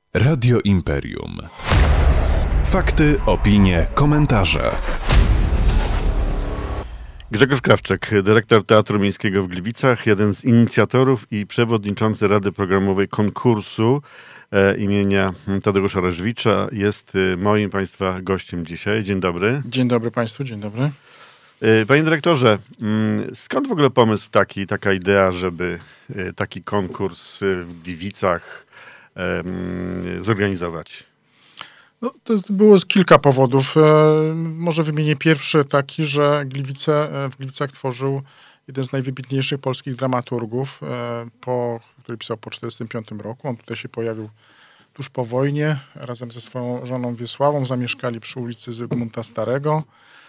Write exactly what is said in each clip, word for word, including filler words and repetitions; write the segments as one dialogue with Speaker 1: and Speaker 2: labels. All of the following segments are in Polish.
Speaker 1: Radio Imperium. Fakty, opinie, komentarze.
Speaker 2: Grzegorz Krawczyk, dyrektor Teatru Miejskiego w Gliwicach, jeden z inicjatorów i przewodniczący Rady Programowej konkursu e, imienia Tadeusza Reszewicza, jest e, moim Państwa gościem dzisiaj. Dzień dobry.
Speaker 3: Dzień dobry Państwu, dzień dobry.
Speaker 2: E, Panie dyrektorze, m, skąd w ogóle pomysł taki, taka idea, żeby e, taki konkurs w Gliwicach e, m, zorganizować?
Speaker 3: No, to było kilka powodów. E, może wymienię pierwszy taki, że Gliwice, w Gliwicach tworzył jeden z najwybitniejszych polskich dramaturgów, e, po, który pisał po tysiąc dziewięćset czterdziestym piątym roku. On tutaj się pojawił tuż po wojnie. Razem ze swoją żoną Wiesławą zamieszkali przy ulicy Zygmunta Starego.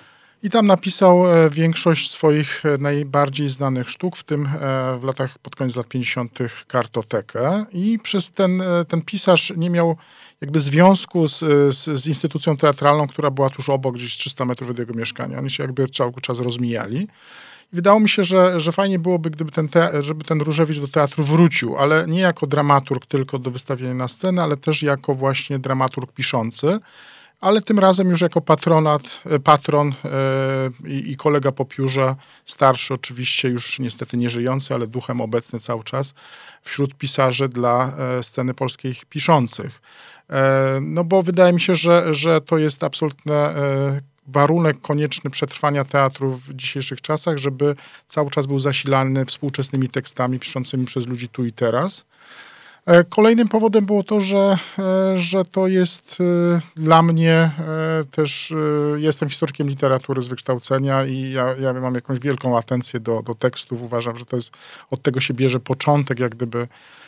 Speaker 3: I tam napisał e, większość swoich e, najbardziej znanych sztuk, w tym e, w latach, pod koniec lat pięćdziesiątych Kartotekę. I przez ten, e, ten pisarz nie miał jakby związku z, z, z instytucją teatralną, która była tuż obok, gdzieś trzysta metrów od jego mieszkania. Oni się jakby cały czas rozmijali. I wydało mi się, że, że fajnie byłoby, gdyby ten te, żeby ten Różewicz do teatru wrócił, ale nie jako dramaturg tylko do wystawienia na scenę, ale też jako właśnie dramaturg piszący. Ale tym razem już jako patronat, patron yy, i kolega po piórze, starszy oczywiście, już niestety nie żyjący, ale duchem obecny cały czas wśród pisarzy dla yy, sceny polskiej piszących. Yy, no bo wydaje mi się, że, że to jest absolutny yy, warunek konieczny przetrwania teatru w dzisiejszych czasach, żeby cały czas był zasilany współczesnymi tekstami piszącymi przez ludzi tu i teraz. Kolejnym powodem było to, że, że to jest dla mnie też, jestem historykiem literatury z wykształcenia i ja, ja mam jakąś wielką atencję do, do tekstów. Uważam, że to jest, od tego się bierze początek jak gdyby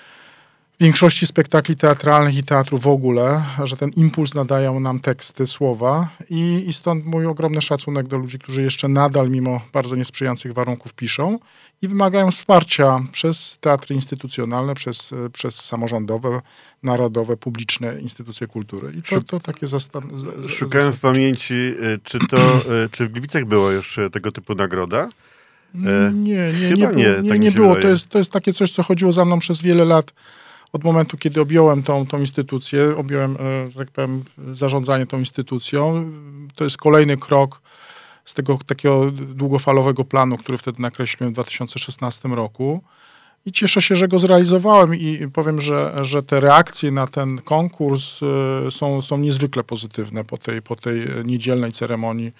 Speaker 3: większości spektakli teatralnych i teatru w ogóle, że ten impuls nadają nam teksty, słowa i, i stąd mój ogromny szacunek do ludzi, którzy jeszcze nadal mimo bardzo niesprzyjających warunków piszą i wymagają wsparcia przez teatry instytucjonalne, przez, przez samorządowe, narodowe, publiczne instytucje kultury. I to, to takie zastan- z-
Speaker 2: Szukałem w pamięci, czy to, czy w Gliwicach była już tego typu nagroda?
Speaker 3: Nie, nie, nie,
Speaker 2: Chyba
Speaker 3: nie,
Speaker 2: nie,
Speaker 3: nie,
Speaker 2: tak
Speaker 3: nie
Speaker 2: mi się
Speaker 3: było.
Speaker 2: wydaje.
Speaker 3: To jest, to jest takie coś, co chodziło za mną przez wiele lat. Od momentu, kiedy objąłem tą, tą instytucję, objąłem, że tak powiem, zarządzanie tą instytucją. To jest kolejny krok z tego takiego długofalowego planu, który wtedy nakreśliłem w dwa tysiące szesnastym roku. I cieszę się, że go zrealizowałem i powiem, że, że te reakcje na ten konkurs są, są niezwykle pozytywne. Po tej, po tej niedzielnej ceremonii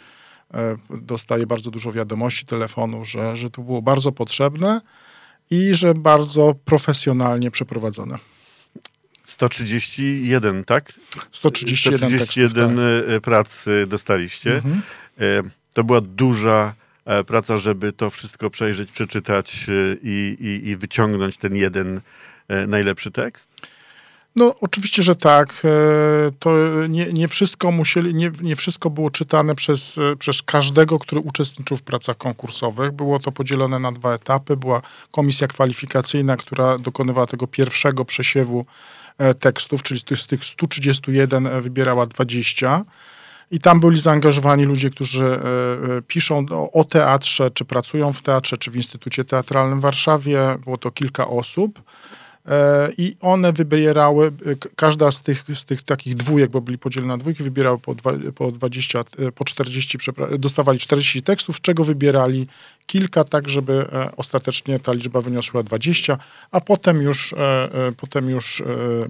Speaker 3: dostaję bardzo dużo wiadomości, telefonów, że, że to było bardzo potrzebne i że bardzo profesjonalnie przeprowadzone.
Speaker 2: sto trzydzieści jeden, tak?
Speaker 3: sto trzydzieści jeden,
Speaker 2: sto trzydzieści jeden
Speaker 3: tekstów, tak.
Speaker 2: prac dostaliście. Mhm. To była duża praca, żeby to wszystko przejrzeć, przeczytać i, i, i wyciągnąć ten jeden najlepszy tekst?
Speaker 3: No oczywiście, że tak. To nie, nie, wszystko musieli, nie, nie wszystko było czytane przez, przez każdego, który uczestniczył w pracach konkursowych. Było to podzielone na dwa etapy. Była komisja kwalifikacyjna, która dokonywała tego pierwszego przesiewu tekstów, czyli z tych stu trzydziestu jeden wybierała dwadzieścia. I tam byli zaangażowani ludzie, którzy piszą o teatrze, czy pracują w teatrze, czy w Instytucie Teatralnym w Warszawie. Było to kilka osób. I one wybierały, każda z tych, z tych takich dwójek, bo byli podzielone na dwójki, wybierały po, dwa, po dwadzieścia, po czterdzieści, dostawali czterdzieści tekstów, z czego wybierali kilka, tak żeby ostatecznie ta liczba wyniosła dwadzieścia, a potem już, potem już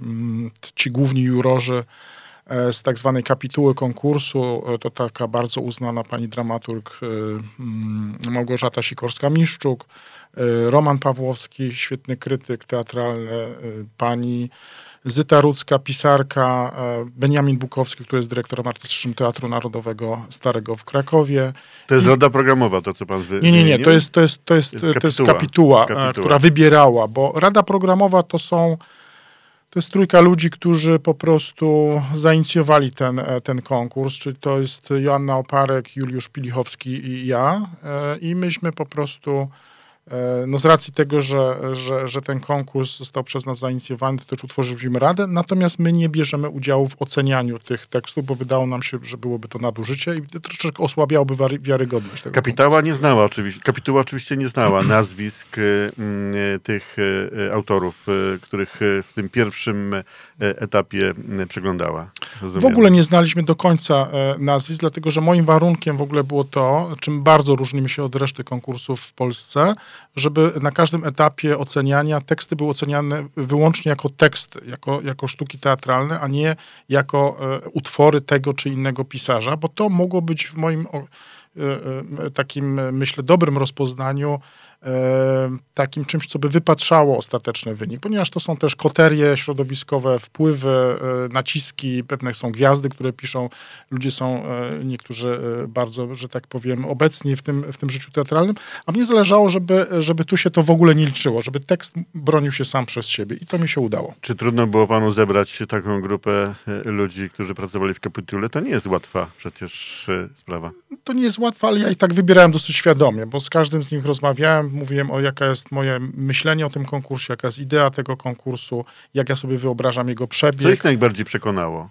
Speaker 3: ci główni jurorzy z tak zwanej kapituły konkursu, to taka bardzo uznana pani dramaturg Małgorzata Sikorska-Miszczuk, Roman Pawłowski, świetny krytyk teatralny, pani Zyta Rudzka, pisarka, Beniamin Bukowski, który jest dyrektorem artystycznym Teatru Narodowego Starego w Krakowie.
Speaker 2: To jest
Speaker 3: I...
Speaker 2: rada programowa, to co pan wymienił?
Speaker 3: Nie, nie, nie, to jest, to jest, to jest, to jest, kapituła, to jest kapituła, kapituła, która wybierała, bo rada programowa to są To jest trójka ludzi, którzy po prostu zainicjowali ten, ten konkurs, czyli to jest Joanna Oparek, Juliusz Pilichowski i ja. I myśmy po prostu no z racji tego, że, że, że ten konkurs został przez nas zainicjowany, to też utworzyliśmy radę, natomiast my nie bierzemy udziału w ocenianiu tych tekstów, bo wydało nam się, że byłoby to nadużycie i troszeczkę osłabiałoby wary, wiarygodność tego
Speaker 2: Kapitała
Speaker 3: konkursu.
Speaker 2: nie znała oczywiście, kapituła oczywiście nie znała nazwisk y, y, tych y, autorów, y, których y, w tym pierwszym y, etapie y, przeglądała. Rozumiem.
Speaker 3: W ogóle nie znaliśmy do końca e, nazwisk, dlatego że moim warunkiem w ogóle było to, czym bardzo różnimy się od reszty konkursów w Polsce, żeby na każdym etapie oceniania teksty były oceniane wyłącznie jako teksty, jako, jako sztuki teatralne, a nie jako e, utwory tego czy innego pisarza, bo to mogło być w moim o, e, e, takim, myślę, dobrym rozpoznaniu takim czymś, co by wypatrzało ostateczny wynik, ponieważ to są też koterie środowiskowe, wpływy, naciski, pewne są gwiazdy, które piszą, ludzie są niektórzy bardzo, że tak powiem, obecni w tym, w tym życiu teatralnym, a mnie zależało, żeby, żeby tu się to w ogóle nie liczyło, żeby tekst bronił się sam przez siebie i to mi się udało.
Speaker 2: Czy trudno było panu zebrać taką grupę ludzi, którzy pracowali w kapitule? To nie jest łatwa przecież sprawa.
Speaker 3: To nie jest łatwe, ale ja i tak wybierałem dosyć świadomie, bo z każdym z nich rozmawiałem, mówiłem o jaka jest moje myślenie o tym konkursie, jaka jest idea tego konkursu, jak ja sobie wyobrażam jego przebieg.
Speaker 2: Co ich najbardziej przekonało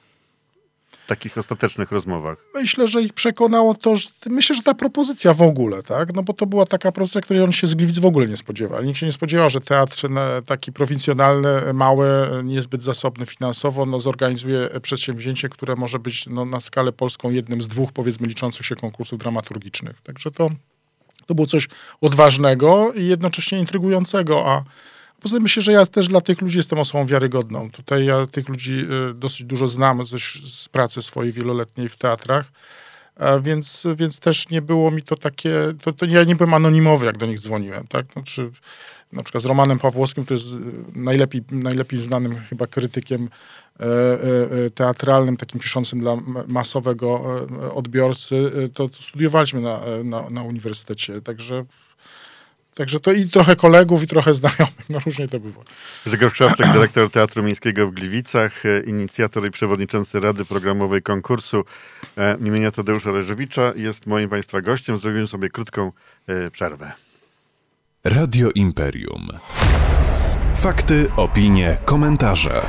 Speaker 2: w takich ostatecznych rozmowach?
Speaker 3: Myślę, że ich przekonało to, że, myślę, że ta propozycja w ogóle, tak, no bo to była taka propozycja, której on się z Gliwic w ogóle nie spodziewał. Nikt się nie spodziewał, że teatr taki prowincjonalny, mały, niezbyt zasobny finansowo, no zorganizuje przedsięwzięcie, które może być no, na skalę polską jednym z dwóch, powiedzmy, liczących się konkursów dramaturgicznych. Także to To było coś odważnego i jednocześnie intrygującego, a poza tym myślę, że ja też dla tych ludzi jestem osobą wiarygodną. Tutaj ja tych ludzi dosyć dużo znam z, z pracy swojej wieloletniej w teatrach, więc, więc też nie było mi to takie, to, to ja nie byłem anonimowy, jak do nich dzwoniłem, tak? Znaczy, na przykład z Romanem Pawłowskim, to jest najlepiej, najlepiej znanym chyba krytykiem teatralnym, takim piszącym dla masowego odbiorcy, to, to studiowaliśmy na, na, na uniwersytecie, także, także to i trochę kolegów, i trochę znajomych, no różnie to było.
Speaker 2: Grzegorz Krzawczyk, dyrektor Teatru Miejskiego w Gliwicach, inicjator i przewodniczący Rady Programowej konkursu imienia Tadeusza Reżewicza, jest moim państwa gościem. Zrobimy sobie krótką przerwę.
Speaker 1: Radio Imperium. Fakty, opinie, komentarze.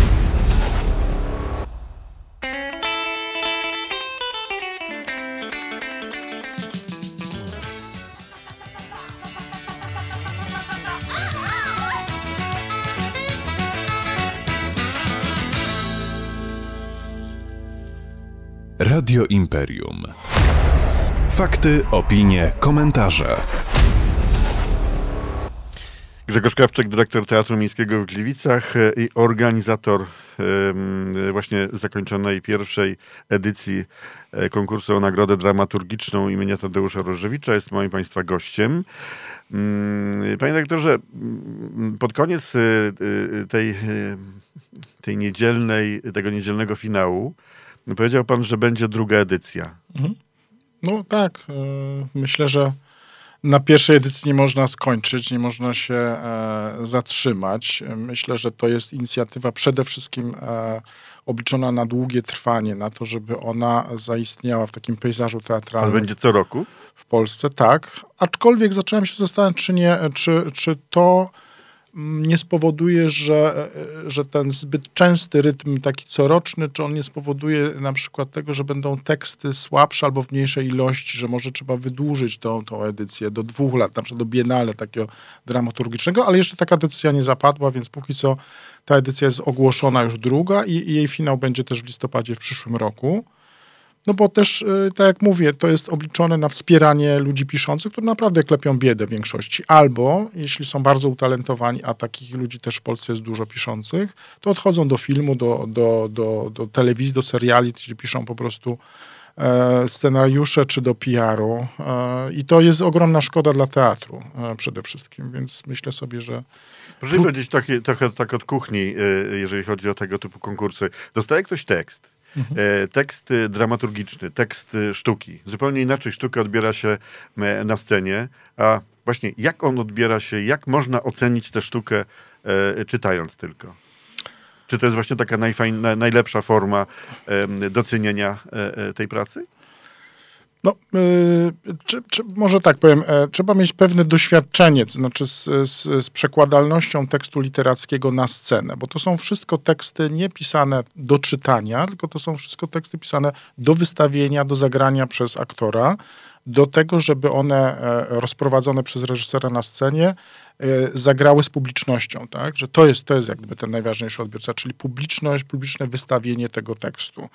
Speaker 1: Radio Imperium. Fakty, opinie, komentarze.
Speaker 2: Grzegorz Krawczyk, dyrektor Teatru Miejskiego w Gliwicach i organizator właśnie zakończonej pierwszej edycji konkursu o Nagrodę Dramaturgiczną imienia Tadeusza Rożewicza, jest moim państwa gościem. Panie dyrektorze, pod koniec tej, tej niedzielnej, tego niedzielnego finału powiedział pan, że będzie druga edycja.
Speaker 3: No tak, myślę, że na pierwszej edycji nie można skończyć, nie można się e, zatrzymać. Myślę, że to jest inicjatywa przede wszystkim e, obliczona na długie trwanie, na to, żeby ona zaistniała w takim pejzażu teatralnym.
Speaker 2: Ale będzie co roku?
Speaker 3: W Polsce, tak. Aczkolwiek zacząłem się zastanawiać, czy, nie, czy, czy to nie spowoduje, że, że ten zbyt częsty rytm taki coroczny, czy on nie spowoduje na przykład tego, że będą teksty słabsze albo w mniejszej ilości, że może trzeba wydłużyć tą, tą edycję do dwóch lat, na przykład do biennale takiego dramaturgicznego, ale jeszcze taka decyzja nie zapadła, więc póki co ta edycja jest ogłoszona już druga i, i jej finał będzie też w listopadzie w przyszłym roku. No bo też, tak jak mówię, to jest obliczone na wspieranie ludzi piszących, którzy naprawdę klepią biedę w większości. Albo, jeśli są bardzo utalentowani, a takich ludzi też w Polsce jest dużo piszących, to odchodzą do filmu, do, do, do, do telewizji, do seriali, gdzie piszą po prostu e, scenariusze czy do P R u. E, I to jest ogromna szkoda dla teatru e, przede wszystkim, więc myślę sobie, że...
Speaker 2: Proszę mi powiedzieć trochę, trochę tak od kuchni, jeżeli chodzi o tego typu konkursy. Dostaje ktoś tekst. Mhm. Tekst dramaturgiczny, tekst sztuki. Zupełnie inaczej sztukę odbiera się na scenie, a właśnie jak on odbiera się, jak można ocenić tę sztukę e, czytając tylko? Czy to jest właśnie taka najfajna, najlepsza forma e, docenienia e, tej pracy?
Speaker 3: No, yy, czy, czy, może tak powiem, e, trzeba mieć pewne doświadczenie, to znaczy z, z, z przekładalnością tekstu literackiego na scenę, bo to są wszystko teksty nie pisane do czytania, tylko to są wszystko teksty pisane do wystawienia, do zagrania przez aktora, do tego, żeby one e, rozprowadzone przez reżysera na scenie e, zagrały z publicznością, tak? Że to jest, to jest jak gdyby ten najważniejszy odbiorca, czyli publiczność, publiczne wystawienie tego tekstu.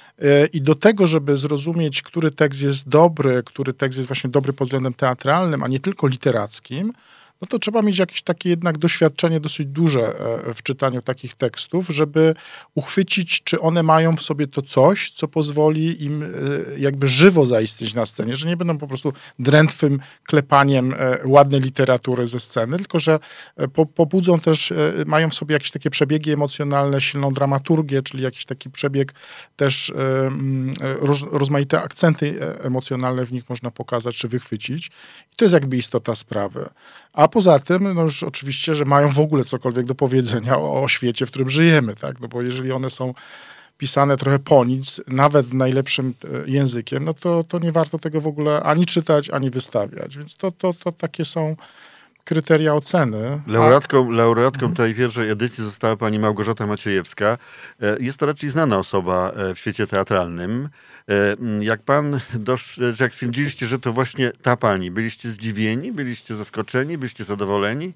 Speaker 3: I do tego, żeby zrozumieć, który tekst jest dobry, który tekst jest właśnie dobry pod względem teatralnym, a nie tylko literackim, no to trzeba mieć jakieś takie jednak doświadczenie dosyć duże w czytaniu takich tekstów, żeby uchwycić, czy one mają w sobie to coś, co pozwoli im jakby żywo zaistnieć na scenie, że nie będą po prostu drętwym klepaniem ładnej literatury ze sceny, tylko że po, pobudzą też, mają w sobie jakieś takie przebiegi emocjonalne, silną dramaturgię, czyli jakiś taki przebieg też roz, rozmaite akcenty emocjonalne w nich można pokazać czy wychwycić. I to jest jakby istota sprawy. A poza tym, no już oczywiście, że mają w ogóle cokolwiek do powiedzenia o, o świecie, w którym żyjemy, tak? No bo jeżeli one są pisane trochę po nic, nawet najlepszym językiem, no to, to nie warto tego w ogóle ani czytać, ani wystawiać. Więc to, to, to takie są kryteria oceny.
Speaker 2: Laureatką, laureatką tej pierwszej edycji została pani Małgorzata Maciejewska. Jest to raczej znana osoba w świecie teatralnym. Jak pan, dosz, jak stwierdziliście, że to właśnie ta pani, byliście zdziwieni, byliście zaskoczeni, byliście zadowoleni?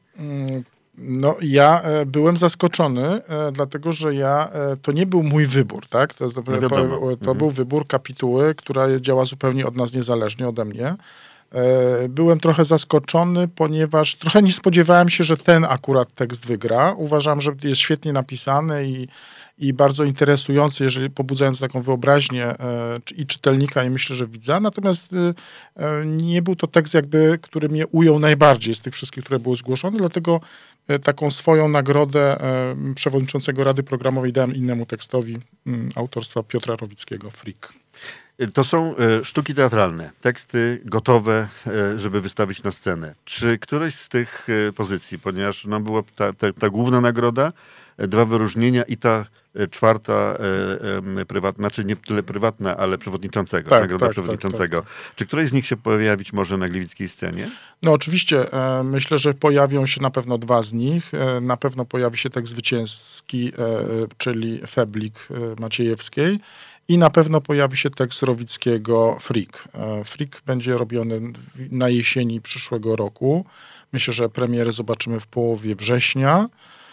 Speaker 3: No ja byłem zaskoczony, dlatego że ja, to nie był mój wybór, tak? To, no to, to mhm. był wybór kapituły, która działa zupełnie od nas niezależnie ode mnie. Byłem trochę zaskoczony, ponieważ trochę nie spodziewałem się, że ten akurat tekst wygra. Uważam, że jest świetnie napisany i, i bardzo interesujący, jeżeli pobudzając taką wyobraźnię e, i czytelnika, i myślę, że widza. Natomiast e, nie był to tekst jakby, który mnie ujął najbardziej z tych wszystkich, które były zgłoszone, dlatego e, taką swoją nagrodę e, przewodniczącego Rady Programowej dałem innemu tekstowi m, autorstwa Piotra Rowickiego, Freak.
Speaker 2: To są e, sztuki teatralne, teksty gotowe, e, żeby wystawić na scenę. Czy któreś z tych e, pozycji, ponieważ no, była ta, ta, ta główna nagroda, e, dwa wyróżnienia i ta e, czwarta e, e, prywatna, znaczy nie tyle prywatna, ale przewodniczącego, tak, nagroda tak, przewodniczącego. Tak, tak, tak. Czy któreś z nich się pojawić może na gliwickiej scenie? No
Speaker 3: oczywiście. E, myślę, że pojawią się na pewno dwa z nich. E, na pewno pojawi się tekst zwycięski, e, czyli Feblik e, Maciejewskiej. I na pewno pojawi się tekst Rowickiego Freak. Freak będzie robiony na jesieni przyszłego roku. Myślę, że premierę zobaczymy w połowie września.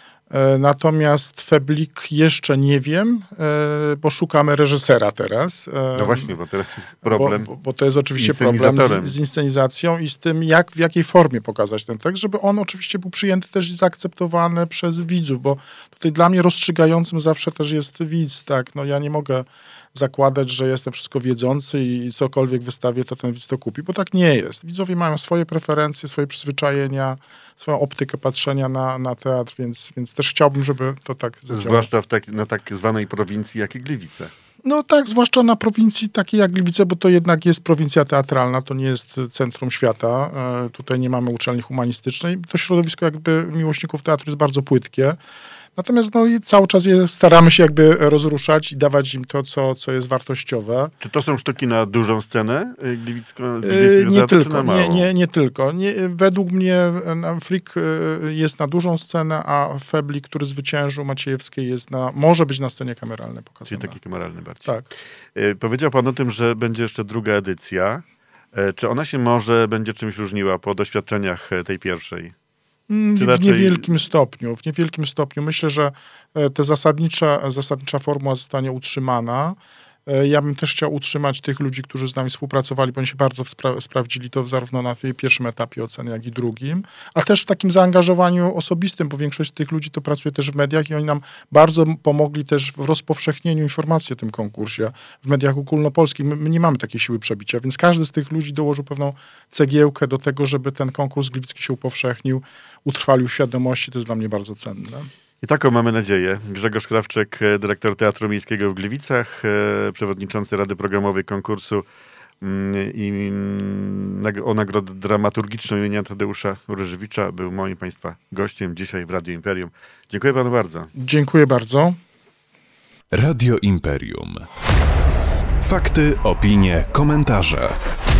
Speaker 3: Natomiast Feblik jeszcze nie wiem, bo szukamy reżysera teraz.
Speaker 2: No właśnie, bo teraz jest problem.
Speaker 3: Bo, bo to jest oczywiście problem z, z inscenizacją i z tym, jak, w jakiej formie pokazać ten tekst, żeby on oczywiście był przyjęty też i zaakceptowany przez widzów, bo tutaj dla mnie rozstrzygającym zawsze też jest widz, tak, no ja nie mogę zakładać, że jestem wszystko wiedzący i cokolwiek wystawię, to ten widz to kupi, bo tak nie jest. Widzowie mają swoje preferencje, swoje przyzwyczajenia, swoją optykę patrzenia na, na teatr, więc, więc też chciałbym, żeby to tak zadziałało.
Speaker 2: Zwłaszcza w tak, na tak zwanej prowincji, jak i Gliwice.
Speaker 3: No tak, zwłaszcza na prowincji takiej jak Gliwice, bo to jednak jest prowincja teatralna, to nie jest centrum świata. E, tutaj nie mamy uczelni humanistycznej. To środowisko jakby miłośników teatru jest bardzo płytkie. Natomiast no, cały czas je staramy się jakby rozruszać i dawać im to, co, co jest wartościowe.
Speaker 2: Czy to są sztuki na dużą scenę gliwicką?
Speaker 3: Yy, nie tylko, nie, nie, nie tylko. Nie, według mnie Freak jest na dużą scenę, a Feblik, który zwyciężył Maciejewskiej, jest na, może być na scenie kameralnej pokazany.
Speaker 2: Czyli taki kameralny bardziej.
Speaker 3: Tak.
Speaker 2: Yy, powiedział pan o tym, że będzie jeszcze druga edycja. Yy, czy ona się może będzie czymś różniła po doświadczeniach tej pierwszej?
Speaker 3: W raczej... niewielkim stopniu. W niewielkim stopniu. Myślę, że ta zasadnicza, zasadnicza formuła zostanie utrzymana. Ja bym też chciał utrzymać tych ludzi, którzy z nami współpracowali, bo oni się bardzo spra- sprawdzili to zarówno na pierwszym etapie oceny, jak i drugim, a też w takim zaangażowaniu osobistym, bo większość z tych ludzi to pracuje też w mediach i oni nam bardzo pomogli też w rozpowszechnieniu informacji o tym konkursie w mediach ogólnopolskich. My, my nie mamy takiej siły przebicia, więc każdy z tych ludzi dołożył pewną cegiełkę do tego, żeby ten konkurs gliwicki się upowszechnił, utrwalił w świadomości. To jest dla mnie bardzo cenne.
Speaker 2: I taką mamy nadzieję. Grzegorz Krawczyk, dyrektor Teatru Miejskiego w Gliwicach, przewodniczący Rady Programowej konkursu i o nagrodę dramaturgiczną imienia Tadeusza Ureżewicza, był moim państwa gościem dzisiaj w Radio Imperium. Dziękuję panu bardzo.
Speaker 3: Dziękuję bardzo.
Speaker 1: Radio Imperium. Fakty, opinie, komentarze.